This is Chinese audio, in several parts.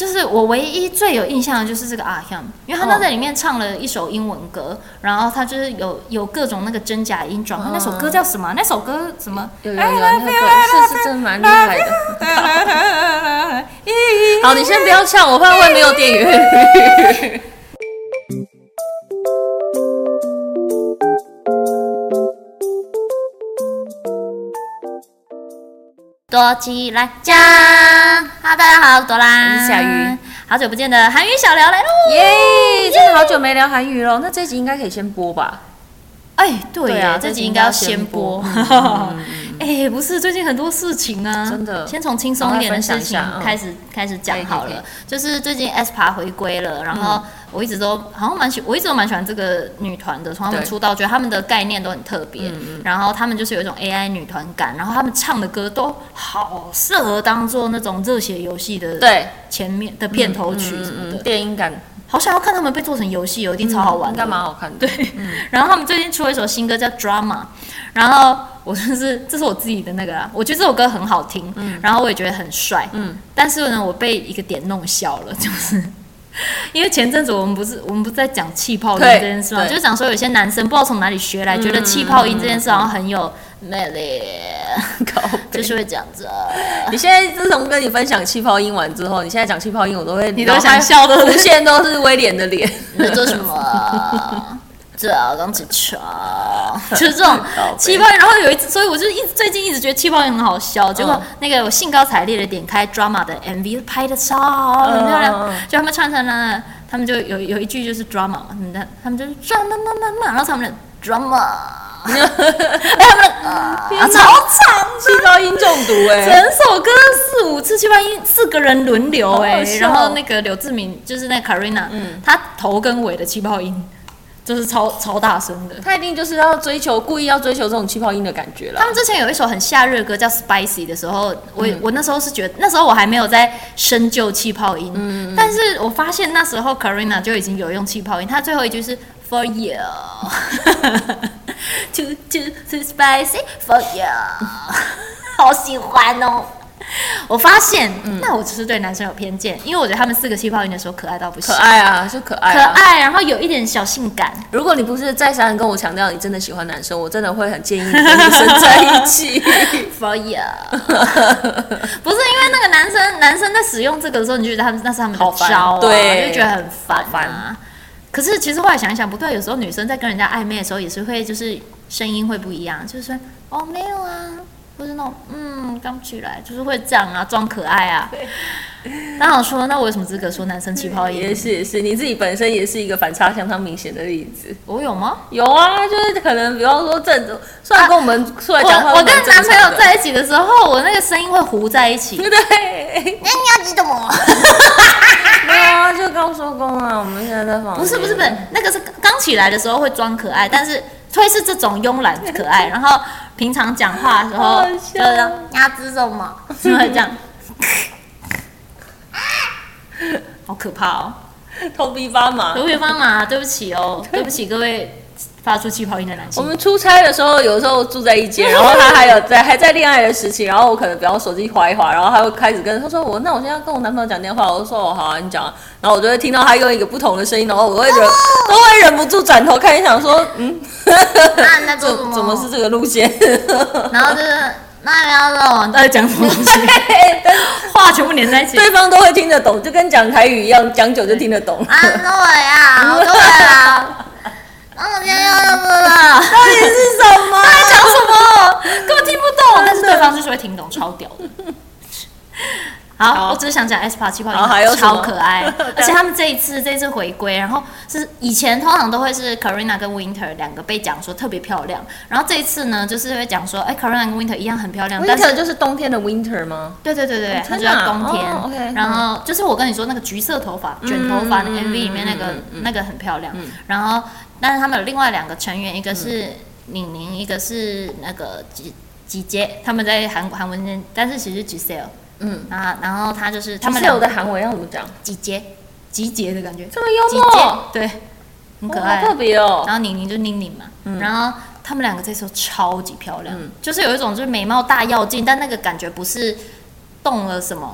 就是我唯一最有印象的就是这个阿 Hyun， 因为他在里面唱了一首英文歌，然后他就是有各种那个真假音转换。那首歌叫什么？那首歌什么？ 有那个是真蛮厉害的。好，你先不要唱，我怕会没有电源。 躲起来讲，大家好，我是朵拉， 我是小鱼， 好久不见的韩语小聊来喽！ 耶，真的好久没聊韩语了，那这集应该可以先播吧？ 哎，对啊， 这集应该要先播。哎，不是，最近很多事情啊， 真的。 先从轻松一点的事情开始讲好了。就是最近 aespa 回归了，然后我一直都我一直都蛮喜欢这个女团的，从他们出道，觉得他们的概念都很特别。然后他们就是有一种 AI 女团感，然后他们唱的歌都好适合当做那种热血游戏的前面的片头曲什么的， 电音感。 好想要看他们被做成游戏，一定超好玩的， 应该蛮好看的。 对，然后他们最近出了一首新歌叫《Drama》，然后我这是我自己的那个啦，我觉得这首歌很好听，然后我也觉得很帅，但是呢，我被一个点弄笑了，就是因为前阵子我们不是在讲气泡音这件事吗？就是讲说有些男生不知道从哪里学来，觉得气泡音这件事好像很有魅力，就是会讲着。 你现在自从跟你分享气泡音完之后，你现在讲气泡音，你都想笑的， 出现都是威廉的脸。 你在做什么？刚起床，就是这种气泡音。然后所以我就最近一直觉得气泡音很好笑。结果那个我兴高采烈的点开 Drama 的 MV， 拍的超漂亮。就他们唱成了，他们就有一句就是 Drama 嘛，他们就是 Drama， 然后他们的 Drama。他们超长的气泡音中毒整首歌4、5次气泡音，4个人轮流然后那个柳智敏就是那个 Karina，她头跟尾的气泡音就是超大声的， 她一定就是故意要追求这种气泡音的感觉啦。 他们之前有一首很夏日的歌叫 Spicy 的时候，我那时候是觉得那时候我还没有在深究气泡音，但是我发现那时候 Karina 就已经有用气泡音，她最后一句是 For you。Too spicy for you， 好喜欢哦！我发现，那我只是对男生有偏见，因为我觉得他们4个气泡音的时候可爱到不行， 可爱啊，就可爱， 可爱，然后有一点小性感。 如果你不是再三跟我强调你真的喜欢男生，我真的会很建议你跟女生在一起。 For you， 不是因为那个男生在使用这个的时候，你就觉得那是他们的招，对，就觉得很烦啊。可是其实后来想一想不对，有时候女生在跟人家暧昧的时候也是会就是声音会不一样，就是说哦没有啊，或是那种刚起来，就是会这样啊，装可爱啊。那我说，那我有什么资格说男生气泡音？ 也是，你自己本身也是一个反差相当明显的例子。 我有吗？ 有啊，就是可能比方说虽然跟我们出来讲话， 我跟男朋友在一起的时候，我那个声音会糊在一起。 对， 那你要记得我。 没有啊，就刚收工啊，我们现在在房间。 不是，那个是刚起来的时候会装可爱，但是会是这种慵懒可爱，然后平常讲话的时候就这样，你要吃什么？就会这样，好可怕哦！ 头皮发麻， 对不起哦，对不起各位。发出气泡音的男性。 我们出差的时候，有时候住在一间，然后他还在恋爱的时期，然后我可能比方手机滑一滑，然后他会开始他说那我现在要跟我男朋友讲电话，我就说哦好啊，你讲啊，然后我就会听到他用一个不同的声音，然后我都会忍不住转头看，想说那怎么是这个路线？ 然后就是那你要让我到底讲什么东西？话全部连在一起， 对方都会听得懂，就跟讲台语一样，讲久就听得懂。 对呀，对啦。我今天要什么了？ 到底是什么？ 他在讲什么？根本听不懂。但是对方就是会听懂，超屌的。好，我只是想讲 aespa 气泡音超可爱，而且他们这一次回归，然后是以前通常都会是 Karina 跟 Winter 2个被讲说特别漂亮，然后这一次呢就是会讲说，Karina 跟 Winter 一样很漂亮，但是就是冬天的 Winter 吗？ 对，它就叫冬天。然后就是我跟你说那个橘色头发卷头发的 MV 里面那个很漂亮，然后但是他们有另外2个成员，一个是宁宁，一个是那个吉杰，他们在韩文间，但是其实 Giselle。然后他就是他们有的韩文要怎么讲？ 集结的感觉， 这么幽默， 对，很可爱， 好特别哦。 然后宁宁就宁宁嘛，然后他们2个这时候超级漂亮，就是有一种就是美貌大跃进，但那个感觉不是动了什么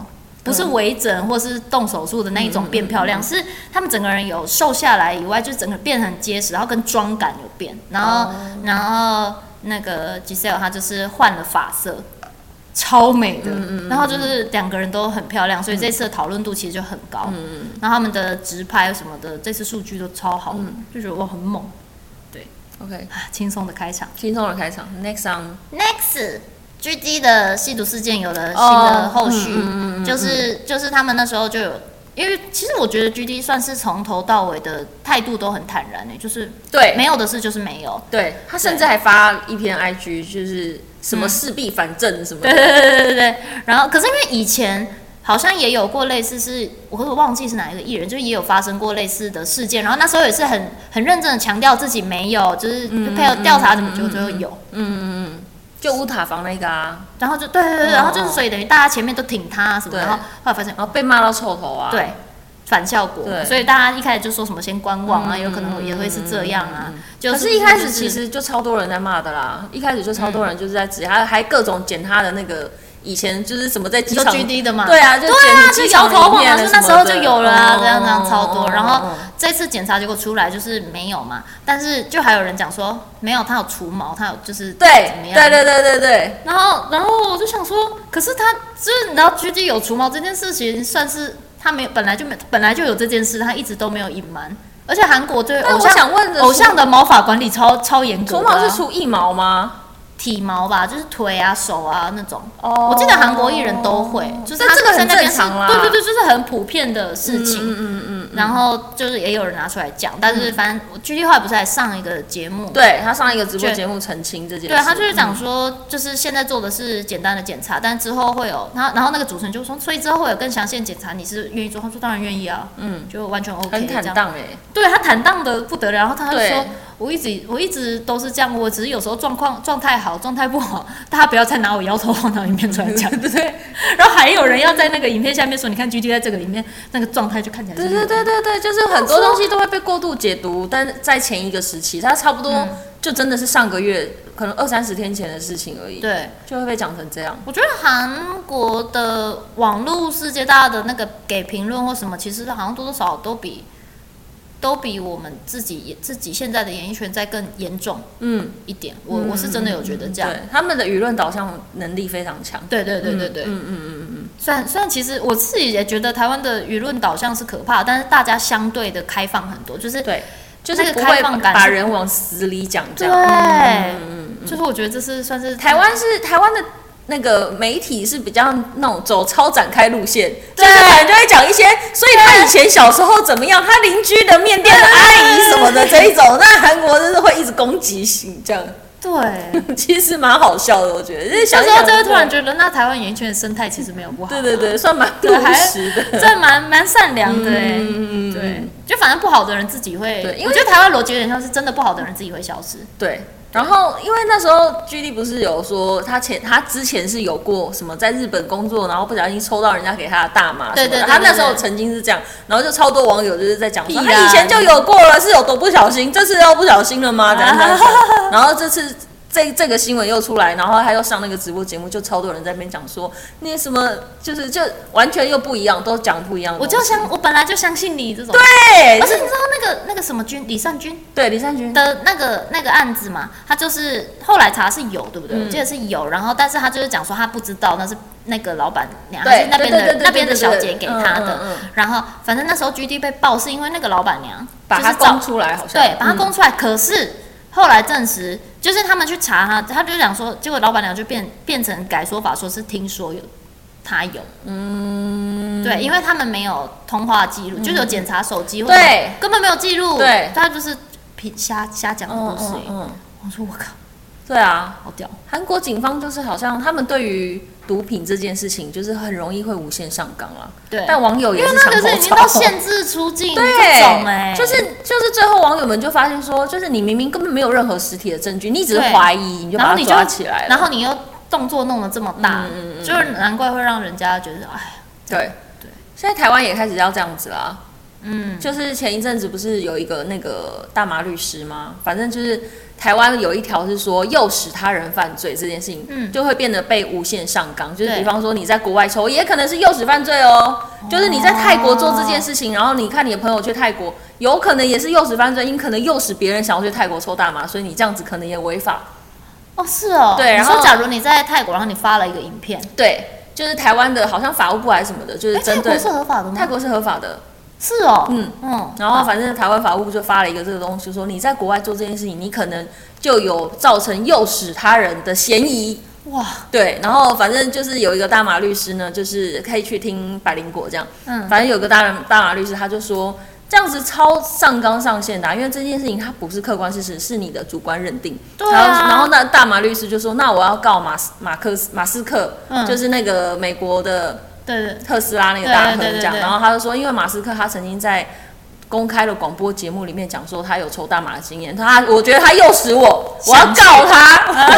不是微整或是动手术的那一种变漂亮，是他们整个人有瘦下来以外，就整个变得很结实，然后跟妆感有变，然后那个 Giselle 她就是换了发色。超美的，然后就是两个人都很漂亮，所以这次的讨论度其实就很高。然后他们的直拍什么的，这次数据都超好，就觉得哇很猛。对 ，OK， 轻松的开场。 Next on。Next GD 的吸毒事件有了新的后续，就是他们那时候就有。因为其实我觉得 GD 算是从头到尾的态度都很坦然就是对， 没有的事就是没有。 对，他甚至还发一篇 IG， 就是什么事必反正什么的。 对。然后可是因为以前好像也有过类似是，我忘记是哪一个艺人，就也有发生过类似的事件，然后那时候也是很认真的强调自己没有，就是配合调查怎么就有。 就乌塔房那个啊， 然后就对，然后就是所以等于大家前面都挺他什么，然后后来发现， 然后被骂到臭头啊， 对，反效果，所以大家一开始就说什么先观望啊，有可能也会是这样啊。 可是一开始其实就超多人在骂的啦，一开始就超多人就是在指还各种剪他的那个。以前就是什么在机场 GD 的嘛， 对啊，就摇头晃脑，那时候就有了啊，这样超多。然后这次检查结果出来就是没有嘛，但是就还有人讲说没有，他有除毛，他有就是怎么样？ 对。 然后我就想说，可是他就是然后 GD 有除毛这件事情，算是他没有本来就有这件事，他一直都没有隐瞒。而且韩国对偶像的毛发管理超严格。 除毛是除腋毛吗？ 体毛吧，就是腿啊、手啊那种。我记得韩国艺人都会，就是他这个很正常啦。 对，就是很普遍的事情。然后就是也有人拿出来讲，但是反正GD后来不是还上一个节目， 对他上一个直播节目澄清这件事。 对他就是讲说，就是现在做的是简单的检查，但之后会有，然后那个主持人就说，所以之后会有更详细的检查，你是愿意做？他说当然愿意啊，就完全 OK， 很坦荡对他坦荡的不得了，然后他就说。我一直都是这样，我只是有时候状态好，状态不好，大家不要再拿我摇头晃脑影片出来讲，对不对？然后还有人要在那个影片下面说，你看 GD 在这个里面那个状态就看起来是对，就是很多东西都会被过度解读，但在前一个时期，它差不多就真的是上个月可能20-30天前的事情而已， 对， 就会被讲成这样。 我觉得韩国的网络世界，大家的那个给评论或什么，其实好像多多少少都比我们自己现在的演艺圈再更严重，一点。我是真的有觉得这样。 对，他们的舆论导向能力非常强。 对。虽然其实我自己也觉得台湾的舆论导向是可怕，但是大家相对的开放很多，就是对，就是不会把人往死里讲这样。 对，就是我觉得这是算是台湾的。那个媒体是比较那种走超展开路线，就是可能就会讲一些，所以他以前小时候怎么样，他邻居的面店的阿姨什么的这一种，那韩国就是会一直攻击性这样。 对， 其实蛮好笑的，我觉得。 小时候就会突然觉得，那台湾演艺圈的生态其实没有不好。 对，算蛮务实的， 这蛮善良的对，就反正不好的人自己会。对，我觉得台湾逻辑有点像是真的不好的人自己会消失。 对。然后，因为那时候 GD 不是有说他之前是有过什么在日本工作，然后不小心抽到人家给他的大麻，对，他那时候曾经是这样，然后就超多网友就是在讲说他以前就有过了，是有多不小心，这次又不小心了吗？然后这次这个新闻又出来，然后他又上那个直播节目，就超多人在那边讲说那什么就完全又不一样，都讲不一样的东西。 我本来就相信你这种， 对， 而且你知道那个什么李善均， 对李善均的那个案子嘛，他就是后来查是有，对不对？我记得是有，然后但是他就是讲说他不知道那是那个老板娘还是那边的小姐给他的，然后反正那时候 GD 被爆是因为那个老板娘把他供出来，好像对，把他供出来，可是。后来证实，就是他们去查他就讲说，结果老板娘就变成改说法，说是听说他有，对，因为他们没有通话记录，就是有检查手机， 对， 根本没有记录， 对， 他就是瞎讲的故事。我说我靠， 对啊， 好屌！ 韩国警方就是好像他们对于毒品这件事情，就是很容易会无限上纲啦。 对， 但网友也是因为那个是已经到限制出境这种就是最后网友们就发现说，就是你明明根本没有任何实体的证据，你只是怀疑，你就把他抓起来了， 然后你又动作弄得这么大，就是难怪会让人家觉得哎， 对，现在台湾也开始要这样子啦。 就是前一阵子不是有一个那个大麻律师吗？反正就是台湾有一条是说诱使他人犯罪这件事情，就会变得被无限上纲。就是比方说你在国外抽，也可能是诱使犯罪哦。就是你在泰国做这件事情，然后你看你的朋友去泰国，有可能也是诱使犯罪，你可能诱使别人想要去泰国抽大麻，所以你这样子可能也违法。 哦，是哦。 对，然后你说假如你在泰国，然后你发了一个影片， 对，就是台湾的好像法务部还是什么的，就是针对泰国是合法的吗？ 泰国是合法的。 是哦， 然后反正台湾法务部就发了一个这个东西，说你在国外做这件事情，你可能就有造成诱使他人的嫌疑。 哇， 对，然后反正就是有一个大马律师呢，就是可以去听百灵果这样，反正有个大马律师他就说这样子超上纲上线的因为这件事情它不是客观事实，是你的主观认定。 对啊。 然后那大马律师就说，那我要告马斯克，就是那个美国的。对特斯拉那个大亨这样，然后他就说，因为马斯克他曾经在公开的广播节目里面讲说他有抽大麻的经验，我觉得他诱使我要告他，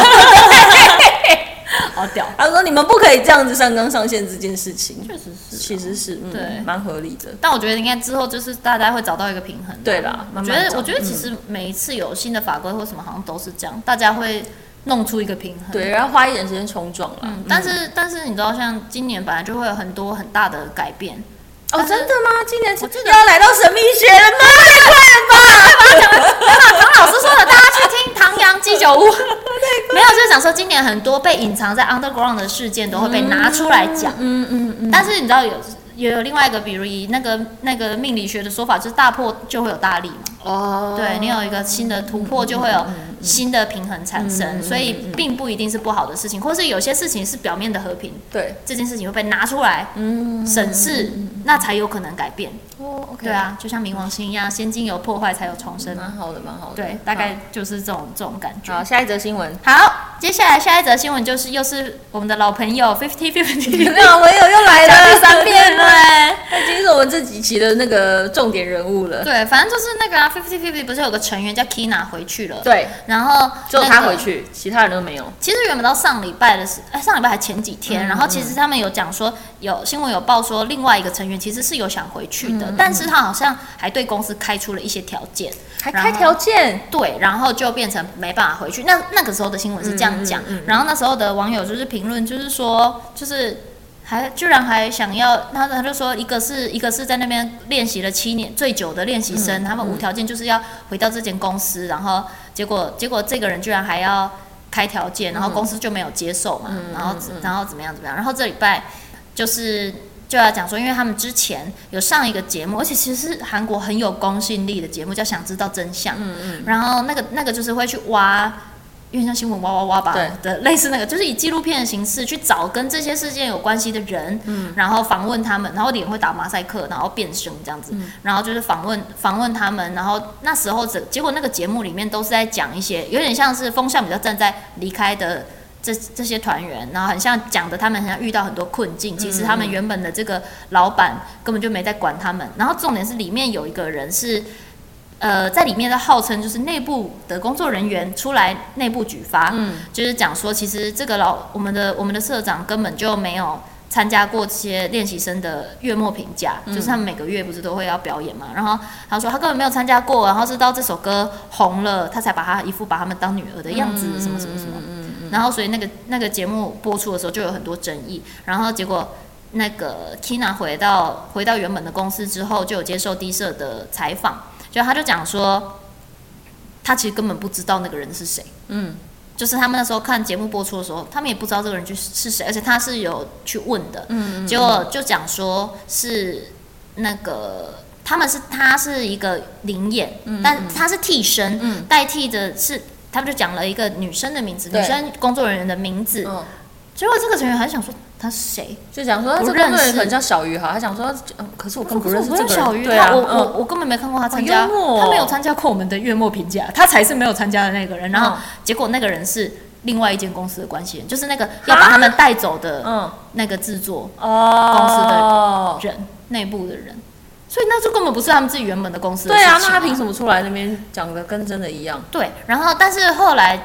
好屌。 他说你们不可以这样子上纲上线这件事情， 确实是， 其实是对，蛮合理的。 但我觉得应该之后就是大家会找到一个平衡。 对啦， 我觉得其实每一次有新的法规或什么好像都是这样，大家会弄出一个平衡， 对，然后花一点时间冲撞了。 但是你知道，像今年本来就会有很多很大的改变。 哦，真的吗？今年要来到神秘学了吗？ 太快了吧！唐老师说的，大家去听唐阳鸡酒屋。没有，就是讲说今年很多被隐藏在 underground 的事件都会被拿出来讲。但是你知道有另外一个，比如以那个命理学的说法，就是大破就会有大利嘛。哦，对，你有一个新的突破，就会有新的平衡产生，所以并不一定是不好的事情，或是有些事情是表面的和平， 对， 这件事情会被拿出来审视，那才有可能改变。 哦 ，OK， 对啊，就像冥王星一样，先经由破坏才有重生， 蛮好的，蛮好的。 对，大概就是这种感觉。 好，下一则新闻。 好，接下来下一则新闻又是我们的老朋友 50-50， 没有，我又来了， 讲第3遍了。 他已经是我们这几期的那个重点人物了。 对，反正就是那个50-50不是有个成员叫 Kina 回去了， 对， 然后只有他回去，其他人都没有。 其实原本到上礼拜还前几天，然后其实他们有讲说，有新闻有报说另外一个成员其实是有想回去的，但是他好像还对公司开出了一些条件， 还开条件， 对，然后就变成没办法回去。那个时候的新闻是这样讲，然后那时候的网友就是评论，就是说，就是居然还想要，他就说一个是在那边练习了7年最久的练习生，他们无条件就是要回到这间公司，然后结果这个人居然还要开条件，然后公司就没有接受嘛，然后怎么样，然后这礼拜就要讲说，因为他们之前有上一个节目，而且其实是韩国很有公信力的节目，叫《想知道真相》。然后那个就是会去挖，有点像新闻挖吧的类似那个，就是以纪录片的形式去找跟这些事件有关系的人，然后访问他们，然后脸会打马赛克，然后变声这样子，然后就是访问他们，然后那时候结果那个节目里面都是在讲一些有点像是风向比较站在离开的。这些团员，然后很像讲的，他们好像遇到很多困境。其实他们原本的这个老板根本就没在管他们。然后重点是里面有一个人是，在里面的号称就是内部的工作人员出来内部举发，就是讲说，其实这个我们的社长根本就没有参加过这些练习生的月末评价，就是他们每个月不是都会要表演嘛。然后他说他根本没有参加过，然后是到这首歌红了，他才把他们当女儿的样子，什么什么什么。然后所以那个节目播出的时候就有很多争议，然后结果那个 Kina 回到原本的公司之后，就有接受D社的采访，就他就讲说，他其实根本不知道那个人是谁，就是他们那时候看节目播出的时候，他们也不知道这个人是谁，而且他是有去问的，结果就讲说是那个他是一个灵演，但他是替身，代替的是。他们就讲了一个女生的名字，女生工作人员的名字。结果这个成员还想说他是谁， 就讲说这个工作人员可能叫小鱼哈，他想说，可是我根本不认识这个人。 小鱼， 对啊， 我根本没看过他参加，他没有参加过我们的月末评价，他才是没有参加的那个人。然后结果那个人是另外一间公司的关系人，就是那个要把他们带走的那个制作公司的人，内部的人。所以那就根本不是他们自己原本的公司的事情。 对啊，那他凭什么出来那边讲的跟真的一样？ 对，然后但是后来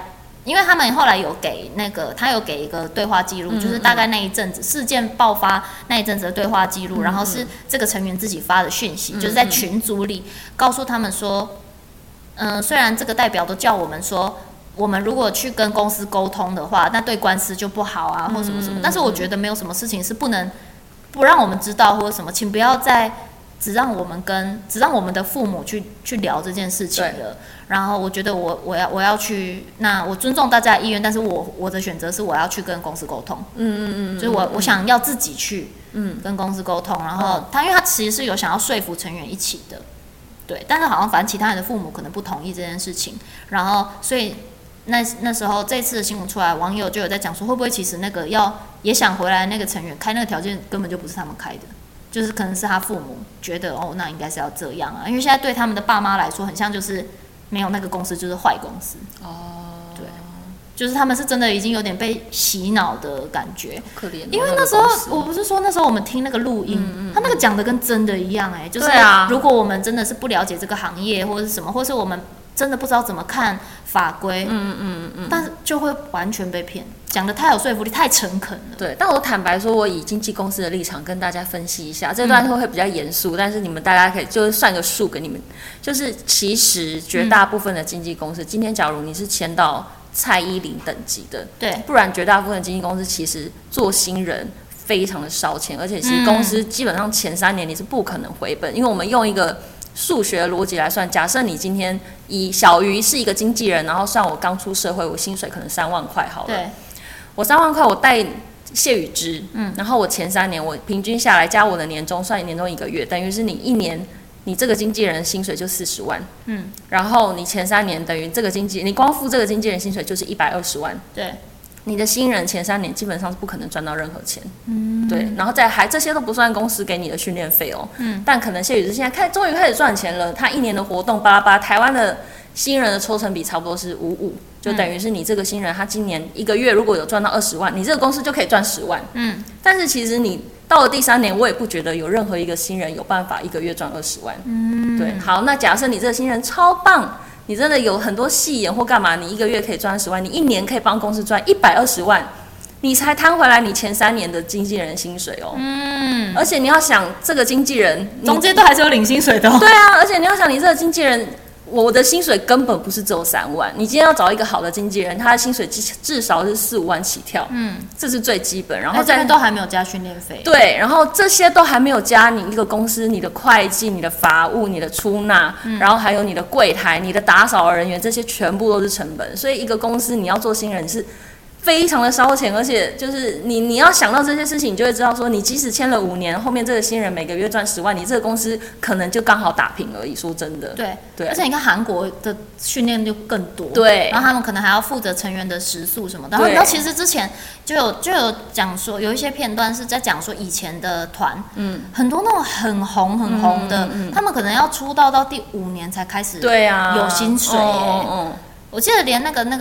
因为他们后来有给他有给一个对话记录，就是大概那一阵子事件爆发那一阵子的对话记录，然后是这个成员自己发的讯息，就是在群组里告诉他们说，虽然这个代表都叫我们说，我们如果去跟公司沟通的话，那对官司就不好啊，或什么什么，但是我觉得没有什么事情是不让我们知道或者什么，请不要再只让我们的父母去聊这件事情了。然后我觉得我要去，那我尊重大家的意愿，但是我的选择是我要去跟公司沟通。就是我想要自己去跟公司沟通，然后因为他其实是有想要说服成员一起的，对，但是好像反正其他人的父母可能不同意这件事情，然后所以那时候这次的新闻出来，网友就有在讲说，会不会其实那个也想回来那个成员开那个条件根本就不是他们开的。就是可能是他父母觉得那应该是要这样啊，因为现在对他们的爸妈来说，很像就是没有那个公司就是坏公司对，就是他们是真的已经有点被洗脑的感觉， 可怜。 因为那时候我不是说那时候我们听那个录音，他那个讲的跟真的一样就是如果我们真的是不了解这个行业或者是什么，或是我们真的不知道怎么看法规，但是就会完全被骗，讲的太有说服力，太诚恳了。 对，但我坦白说，我以经纪公司的立场跟大家分析一下，这段会比较严肃，但是你们大家可以就是算个数给你们，就是其实绝大部分的经纪公司，今天假如你是签到蔡依林等级的， 对， 不然绝大部分的经纪公司其实做新人非常的烧钱，而且其实公司基本上前3年你是不可能回本，因为我们用一个数学逻辑来算，假设你今天以小鱼是一个经纪人，然后算我刚出社会，我薪水可能3万块好了， 对， 我3万块我带谢宇之，然后我前3年我平均下来加我的年终，算年终1个月，等于是你一年你这个经纪人的薪水就40万，然后你前3年等于这个你光付这个经纪人薪水就是120万， 对。 你的新人前3年基本上是不可能赚到任何钱，对，然后这些都不算公司给你的训练费哦，但可能谢宇之现在终于开始赚钱了，他1年的活动巴拉巴拉，台湾的新人的抽成比差不多是5-5，就等于是你这个新人他今年1个月如果有赚到20万，你这个公司就可以赚10万，但是其实你到了第3年，我也不觉得有任何一个新人有办法1个月赚20万，对，好，那假设你这个新人超棒。你真的有很多戏演或干嘛，你1个月可以赚10万，你1年可以帮公司赚120万，你才摊回来你前3年的经纪人薪水哦。而且你要想，这个经纪人中间都还是有领薪水的对啊，而且你要想，你这个经纪人，我的薪水根本不是只有3万，你今天要找一个好的经纪人，他的薪水至少是4-5万起跳，这是最基本。然后这边都还没有加训练费， 对，然后这些都还没有加你一个公司你的会计、你的法务、你的出纳，然后还有你的柜台、你的打扫人员，这些全部都是成本。所以一个公司你要做新人是非常的烧钱，而且就是你要想到这些事情，你就会知道说，你即使签了5年，后面这个新人每个月赚10万，你这个公司可能就刚好打平而已。说真的， 对，而且你看韩国的训练就更多， 对， 然后他们可能还要负责成员的时速什么的。然后其实之前就有讲说，有一些片段是在讲说以前的团，很多那种很红的，他们可能要出道到第5年才开始，对啊，有薪水我记得连那个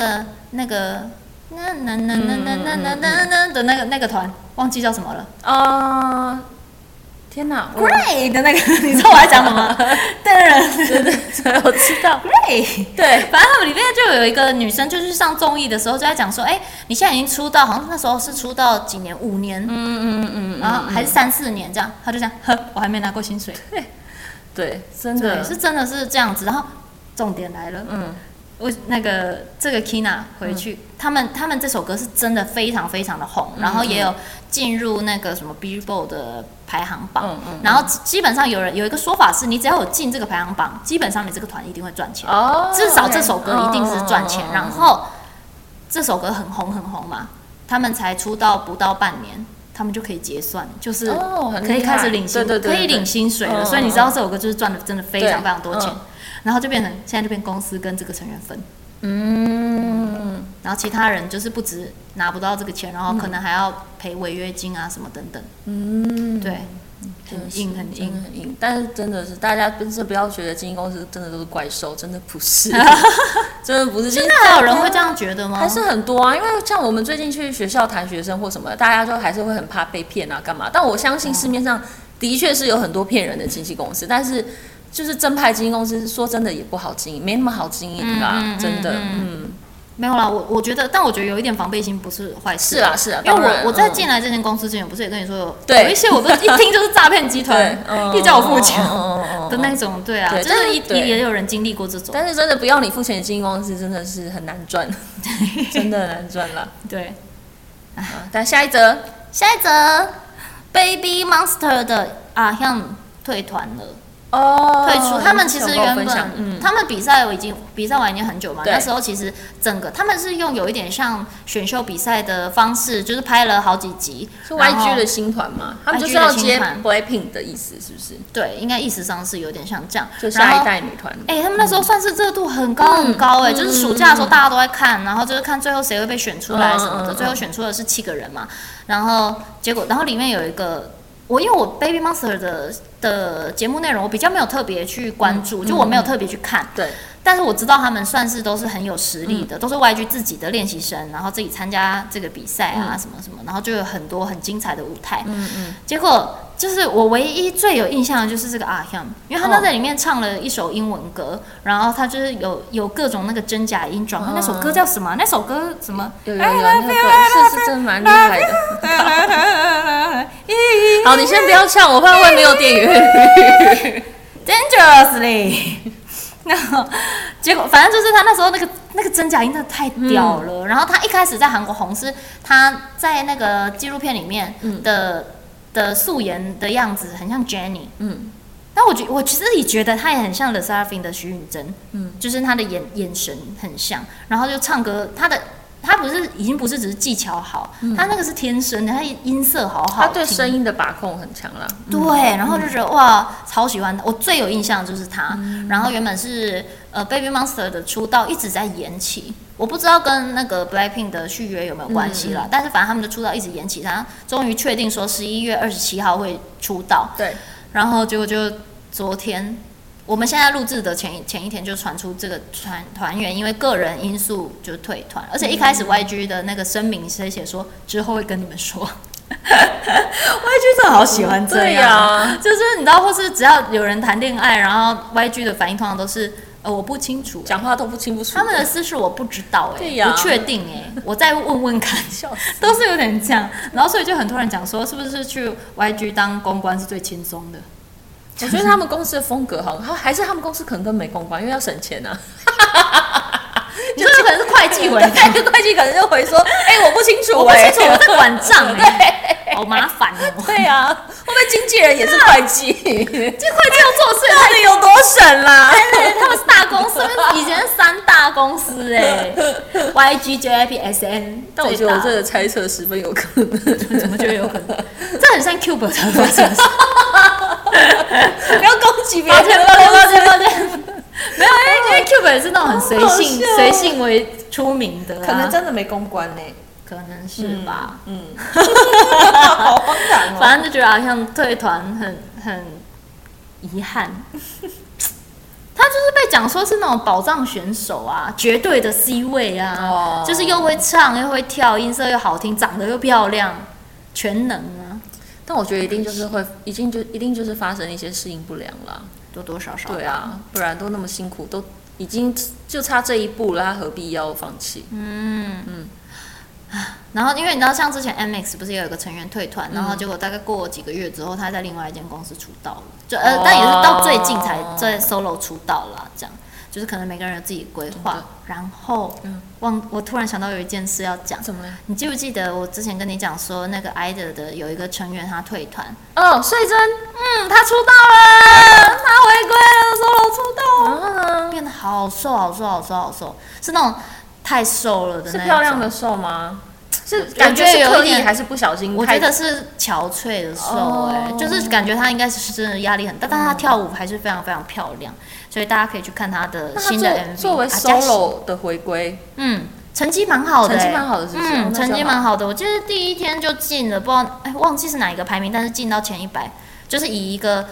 那个团忘记叫什么了天哪 ，Gray 的那个，你知道我在讲什么？ 对，我知道 Gray。 对， 反正他们里面就有一个女生，就是上综艺的时候就在讲说，你现在已经出道，好像那时候是出道几年，5年，然后还是3-4年这样，他就这样，我还没拿过薪水。 对，真的， 对，是真的是这样子。然后重点来了，我这个 Kina 回去，他们这首歌是真的非常非常的红，然后也有进入那个什么 Billboard 的排行榜，然后基本上有一个说法是，你只要有进这个排行榜，基本上你这个团一定会赚钱，至少这首歌一定是赚钱。然后这首歌很红嘛，他们才出道不到半年，他们就可以结算，就是可以开始领薪，可以领薪水了。所以你知道这首歌就是赚的真的非常非常多钱。然后就变成现在就变公司跟这个成员分，然后其他人就是不止拿不到这个钱，然后可能还要赔违约金啊什么等等，对，很硬， 但是真的是大家不要觉得经纪公司真的都是怪兽，真的不是，真的不是。 现在还有人会这样觉得吗？ 还是很多啊，因为像我们最近去学校谈学生或什么，大家就还是会很怕被骗啊，干嘛？但我相信市面上的确是有很多骗人的经纪公司，但是。就是正派经纪公司，说真的也不好经营，没那么好经营啦，真的， 没有啦，我觉得，但我觉得有一点防备心不是坏事。 是啊， 因为我在进来这间公司之前，不是也跟你说有一些我都一听就是诈骗集团，一叫我付钱的那种，对啊，就是也有人经历过这种。 但是真的不要你付钱的经纪公司真的是很难赚，真的很难赚啦。 对， 但下一则 ，Baby Monster 的像退团了。退出，他们其实原本，他们比赛完已经很久嘛。那时候其实整个他们是用有一点像选秀比赛的方式，就是拍了好几集。 是 YG 的新团嘛？他们就是要接 BLACKPINK 的意思，是不是？ 对，应该意思上是有点像这样。 就下一代女团。 他们那时候算是热度很高很高就是暑假的时候大家都在看，然后就是看最后谁会被选出来什么的。最后选出的是7个人嘛，然后里面有一个。因为我 Baby Monster 的节目内容我比较没有特别去关注，就我没有特别去看。 对。 但是我知道他们算是都是很有实力的，都是 YG 自己的练习生，然后自己参加这个比赛啊什么什么，然后就有很多很精彩的舞台。结果就是我唯一最有印象的就是这个阿 Hyun， 因为他在里面唱了一首英文歌，然后他就是有各种那个真假音转换。那首歌叫什么？那首歌什么？ 有那个是真蛮厉害的。好，你先不要唱，我怕会没有电源。 Dangerously。然后结果反正就是他那时候那个真假音真的太屌了。然后他一开始在韩国红是他在那个纪录片里面的素颜的样子很像 Jennie。但我自己觉得他也很像 LE SSERAFIM 的徐允珍。就是他的眼神很像，然后就唱歌他已经不是只是技巧好，他那个是天生的，他音色好好听， 他对声音的把控很强啦。 对，然后就觉得哇，超喜欢他。我最有印象的就是他。然后原本是Baby Monster 的出道一直在延期，我不知道跟那个 BLACKPINK 的续约有没有关系啦。但是反正他们的出道一直延期，他终于确定说11月27号会出道。 对， 然后结果就昨天。我们现在录制的前一天就传出这个团员因为个人因素就退团，而且一开始 YG 的那个声明是写说之后会跟你们说。YG 真的好喜欢这样，就是你知道，或是只要有人谈恋爱，然后 YG 的反应通常都是我不清楚， 讲话都不清不楚， 他们的私事我不知道不确定我再问问看，都是有点这样。然后所以就很多人讲说，是不是去 YG 当公关是最轻松的？ 我觉得他们公司的风格好，还是他们公司可能跟没公关，因为要省钱啊。 你说可能是会计回， 会计可能就回说，我不清楚， 我在管账，好麻烦哦。 对啊，会不会经纪人也是会计？这会计要做事到底有多省啦？ 他们是大公司，以前是3大公司YG、JYP、SM。 但我觉得我这个猜测十分有可能。 怎么觉得有可能？这很像 Cube 才发生的事。 不要攻击别人， 抱歉。没有，因为 Cube 也是那种很随性为出名的， 可能真的没公关呢， 可能是吧。 好荒唐哦。 反正就觉得好像退团很遗憾。他就是被讲说是那种宝藏选手啊，绝对的 C 位啊，就是又会唱又会跳，音色又好听，长得又漂亮，全能啊。 但我觉得一定就是发生一些适应不良啦， 多多少少。 对啊，不然都那么辛苦，都已经就差这一步了，他何必要放弃？ 然后因为你知道，像之前 MX 不是也有一个成员退团，然后结果大概过几个月之后，他在另外一间公司出道了，但也是到最近才在 solo 出道啦，这样。就是可能每个人有自己规划，然后我突然想到有一件事要讲。 怎么了？ 你记不记得我之前跟你讲说，那个 IDOL 的有一个成员他退团？ 穗珍， 他出道了，他回归了 solo 出道，变得好瘦，是那种太瘦了的那种。 是漂亮的瘦吗？是感觉是刻意还是不小心？ 我觉得是憔悴的瘦，就是感觉他应该是真的压力很大，但是他跳舞还是非常非常漂亮，所以大家可以去看他的新的 MV。 作为 solo 的回归， 成绩蛮好的， 成绩蛮好的，是不是？ 成绩蛮好的。我记得第一天就进了，不知道忘记是哪一个排名，但是进到前100，就是以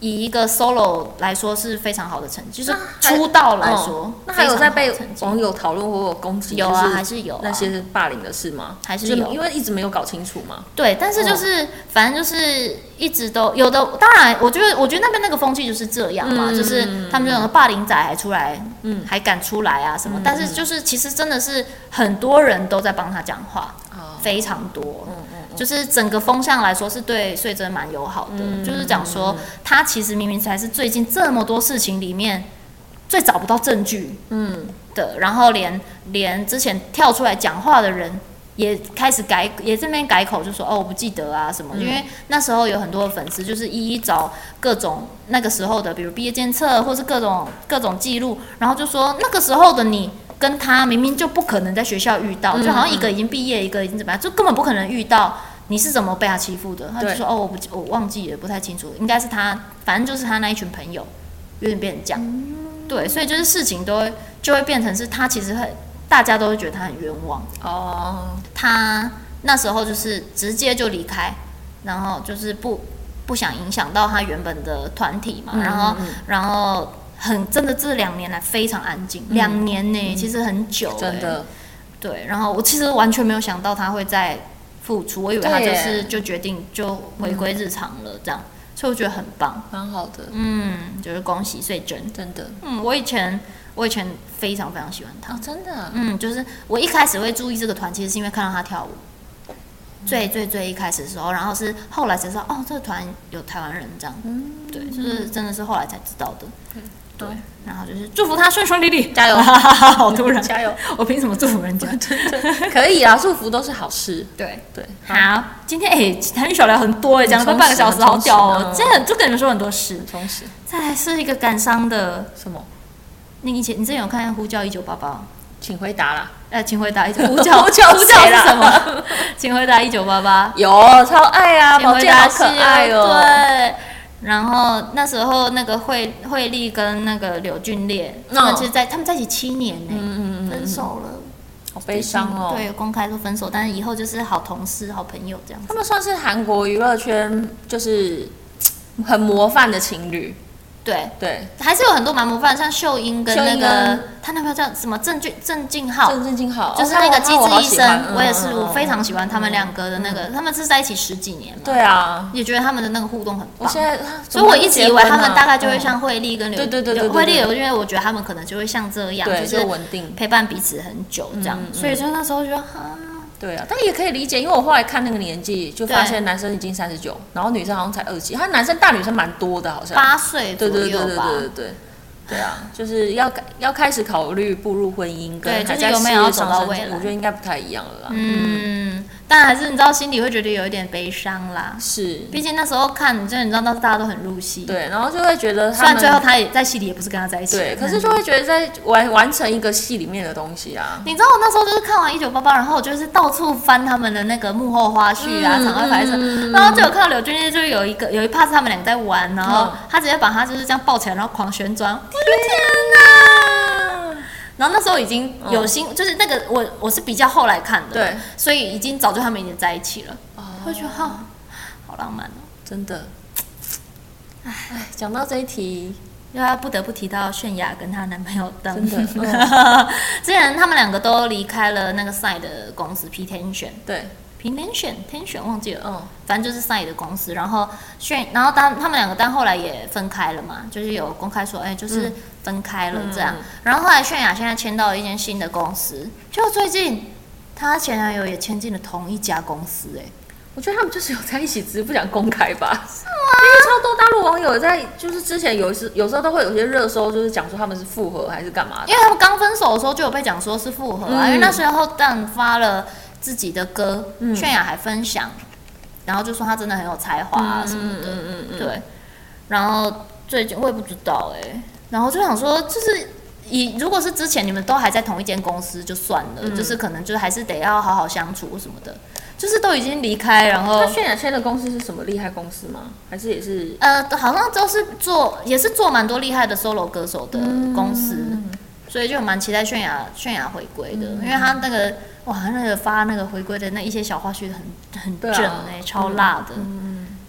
以一个 solo 来说是非常好的成绩，就是出道来说， 那还有在被网友讨论或攻击？ 有啊，还是有那些霸凌的事吗？ 还是有， 因为一直没有搞清楚嘛。 对，但是就是反正就是一直都有的。当然，我觉得那边那个风气就是这样嘛，就是他们这种霸凌仔还出来，还敢出来啊什么。但是就是其实真的是很多人都在帮他讲话，非常多。就是整个风向来说是对穗珍蛮友好的，就是讲说他其实明明才是最近这么多事情里面最找不到证据的，然后连之前跳出来讲话的人也开始也这边改口，就说我不记得啊什么，因为那时候有很多的粉丝就是一一找各种那个时候的，比如毕业监测或是各种记录，然后就说那个时候的你。跟他明明就不可能在学校遇到，就好像一个已经毕业，一个已经怎么样，就根本不可能遇到。你是怎么被他欺负的？他就说我忘记了，不太清楚，应该是他，反正就是他那一群朋友有点被人讲，对，所以就是事情就会变成是他其实大家都会觉得他很冤枉他那时候就是直接就离开，然后就是不想影响到他原本的团体嘛，然后。真的这2年来非常安静，2年呢，其实很久， 真的。 对，然后我其实完全没有想到他会再复出，我以为他就决定就回归日常了这样，所以我觉得很棒， 蛮好的。 就是恭喜穗珍， 真的。 我以前非常非常喜欢他， 真的。 就是我一开始会注意这个团，其实是因为看到他跳舞。最一开始的时候，然后是后来才知道这个团有台湾人这样，对，就是真的是后来才知道的。对，然后就是祝福他顺顺利利， 加油！ 好突然， 加油！ 我凭什么祝福人家？ 可以啊，祝福都是好事。 对，好，今天谈语小聊很多讲了快半个小时，好屌哦！今天就跟你们说很多事， 充实。 再来是一个感伤的什么？ 你之前有看《呼叫1988》？ 请回答啦！ 请回答呼叫是什么？请回答1988。 有，超爱啊，宝剑好可爱哦。 对。然后那时候那个惠利跟那个柳俊烈，他们其实他们在一起7年呢，分手了， 好悲伤哦。 对，公开说分手，但是以后就是好同事、好朋友这样子。 他们算是韩国娱乐圈就是很模范的情侣。对， 还是有很多蛮模范，像秀英跟那个他那个叫什么郑敬浩，就是那个《机智医生》，我也是，我非常喜欢他们2个的那个，他们是在一起10几年嘛。 对啊， 也觉得他们的那个互动很棒。 所以我一直以为他们大概就会像惠利跟对惠利，因为我觉得他们可能就会像这样，就是稳定陪伴彼此很久这样，所以就那时候觉得对啊，但也可以理解，因为我后来看那个年纪，就发现男生已经39，然后女生好像才27，他男生大女生蛮多的，好像 8岁左右吧。 对啊，就是要开始考虑步入婚姻，跟还在有没有要走到未来， 我觉得应该不太一样了啦。 但还是你知道心里会觉得有一点悲伤啦。 是， 毕竟那时候看，就你知道，那大家都很入戏。 对，然后就会觉得虽然最后他也在戏里也不是跟他在一起。 对，可是就会觉得在完成一个戏里面的东西啊。 你知道我那时候就是看完1988，然后我就是到处翻他们的那个幕后花絮啊、场外拍摄，然后就有看到柳俊烈，就有一 part 是他们2个在玩，然后他直接把他就是这样抱起来，然后狂旋转。我的天哪！然后那时候已经有就是那个我是比较后来看的， 对， 所以已经早就他们已经在一起了，会觉得好浪漫哦， 真的。哎，讲到这一题， 又要不得不提到泫雅跟她男朋友登， 真的， 之前他们2个都离开了那个 SINE 的公司 P-Tension， 对。 Tension 忘记了，反正就是 SINE 的公司，然后然后他们2个，但后来也分开了嘛，就是有公开说，就是分开了这样。然后后来泫雅现在签到了一间新的公司，就最近她前男友也签进了同一家公司， 我觉得他们就是有在一起，只是不想公开吧。是吗？因为超多大陆网友在，就是之前有时候都会有些热搜，就是讲说他们是复合还是干嘛的。 因为他们刚分手的时候就有被讲说是复合啊，因为那时候Dan发了自己的歌，泫雅还分享，然后就说他真的很有才华啊什么的，对。然后最近我也不知道然后就想说，就是如果是之前你们都还在同一间公司就算了，就是可能就还是得要好好相处什么的，就是都已经离开，然后。 他泫雅签的公司是什么厉害公司吗？还是也是？ 好像都是也是做蛮多厉害的 solo 歌手的公司，所以就蛮期待泫雅回归的，因为他那个。哇，那个发那个回归的那一些小花絮很正超辣的，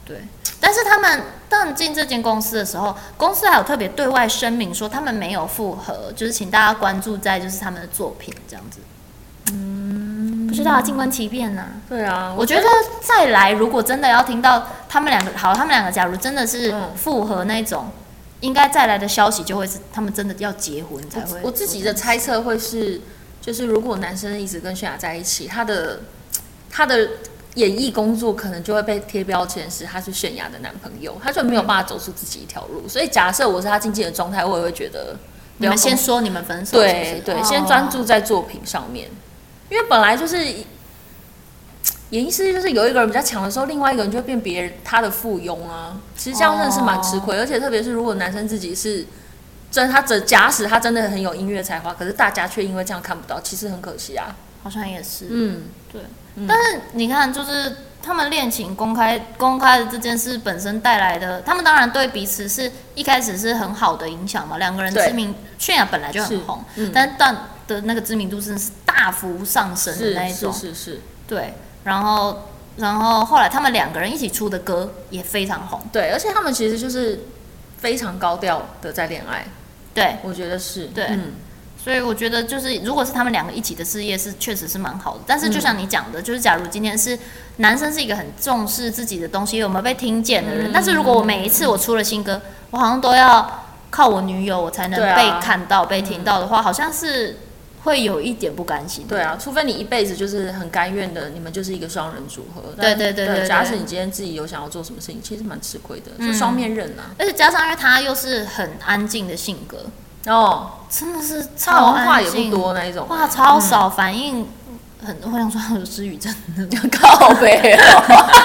对。但是他们当进这间公司的时候，公司还有特别对外声明说他们没有复合，就是请大家关注在就是他们的作品这样子。不知道静观其变呐。 对啊， 我觉得再来，如果真的要听到他们两个，好，他们两个假如真的是复合那种，应该再来的消息就会是他们真的要结婚才会。 我自己的猜测会是，就是如果男生一直跟泫雅在一起，他的演艺工作可能就会被贴标签是他是泫雅的男朋友，他就没有办法走出自己一条路。所以假设我是他经纪人的状态，我也会觉得你们先说你们分手， 对对，先专注在作品上面，因为本来就是演艺事业就是有一个人比较强的时候，另外一个人就会变别人他的附庸啊。其实这样真的是蛮吃亏，而且特别是如果男生自己是假使他真的很有音乐才华，可是大家却因为这样看不到，其实很可惜啊。 好像也是，对。但是你看，就是他们恋情公开的这件事本身带来的，他们当然对彼此是一开始是很好的影响嘛。两个人知名，泫雅本来就很红，但的那个知名度真的是大幅上升的那一种， 是， 对。然后后来他们两个人一起出的歌也非常红， 对，而且他们其实就是非常高调的在恋爱， 对， 我觉得是， 对。所以我觉得就是，如果是他们两个一起的事业是确实是蛮好的。但是就像你讲的，就是假如今天是男生是一个很重视自己的东西有没有被听见的人，但是如果我每一次我出了新歌，我好像都要靠我女友我才能被看到、被听到的话，好像是会有一点不甘心。 对啊，除非你一辈子就是很甘愿的，你们就是一个双人组合。 对。 假使你今天自己有想要做什么事情，其实蛮吃亏的，就双面刃啊。 而且加上因为他又是很安静的性格。真的是超安静， 话也不多那一种， 话超少，反应很，我想说他有失语症的， 靠北哦，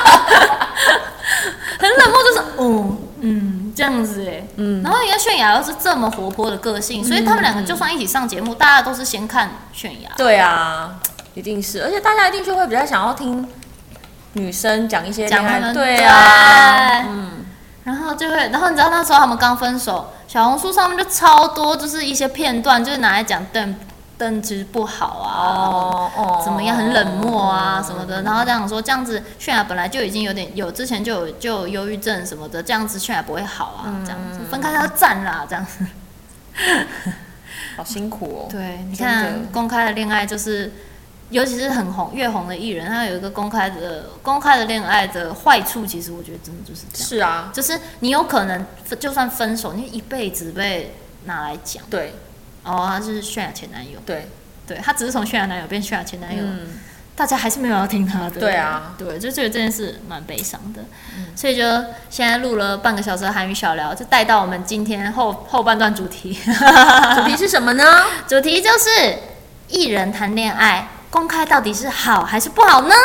很冷漠，就是这样子哎，然后你看泫雅又是这么活泼的个性，所以他们两个就算一起上节目，大家都是先看泫雅。 对啊，一定是，而且大家一定就会比较想要听女生讲一些恋爱，对啊，然后你知道那时候他们刚分手，小红书上面就超多，就是一些片段，就是拿来讲邓芝不好啊，怎么样很冷漠啊什么的，然后这样说，这样子泫雅本来就已经之前就有忧郁症什么的，这样子泫雅不会好啊，这样子分开要赞啦，这样子， 好辛苦哦。 对，你看公开的恋爱就是。尤其是越红的艺人，他有一个公开的恋爱的坏处，其实我觉得真的就是这样。 是啊， 就是你有可能就算分手，你一辈子被拿来讲。 对。 他是泫雅前男友。 对， 他只是从泫雅男友变泫雅前男友，大家还是没有要听他的。 对啊， 对，就觉得这件事蛮悲伤的。所以就现在录了半个小时的韩语小聊，就带到我们今天后半段主题。 主题是什么呢？ 主题就是艺人谈恋爱。公开到底是好还是不好呢？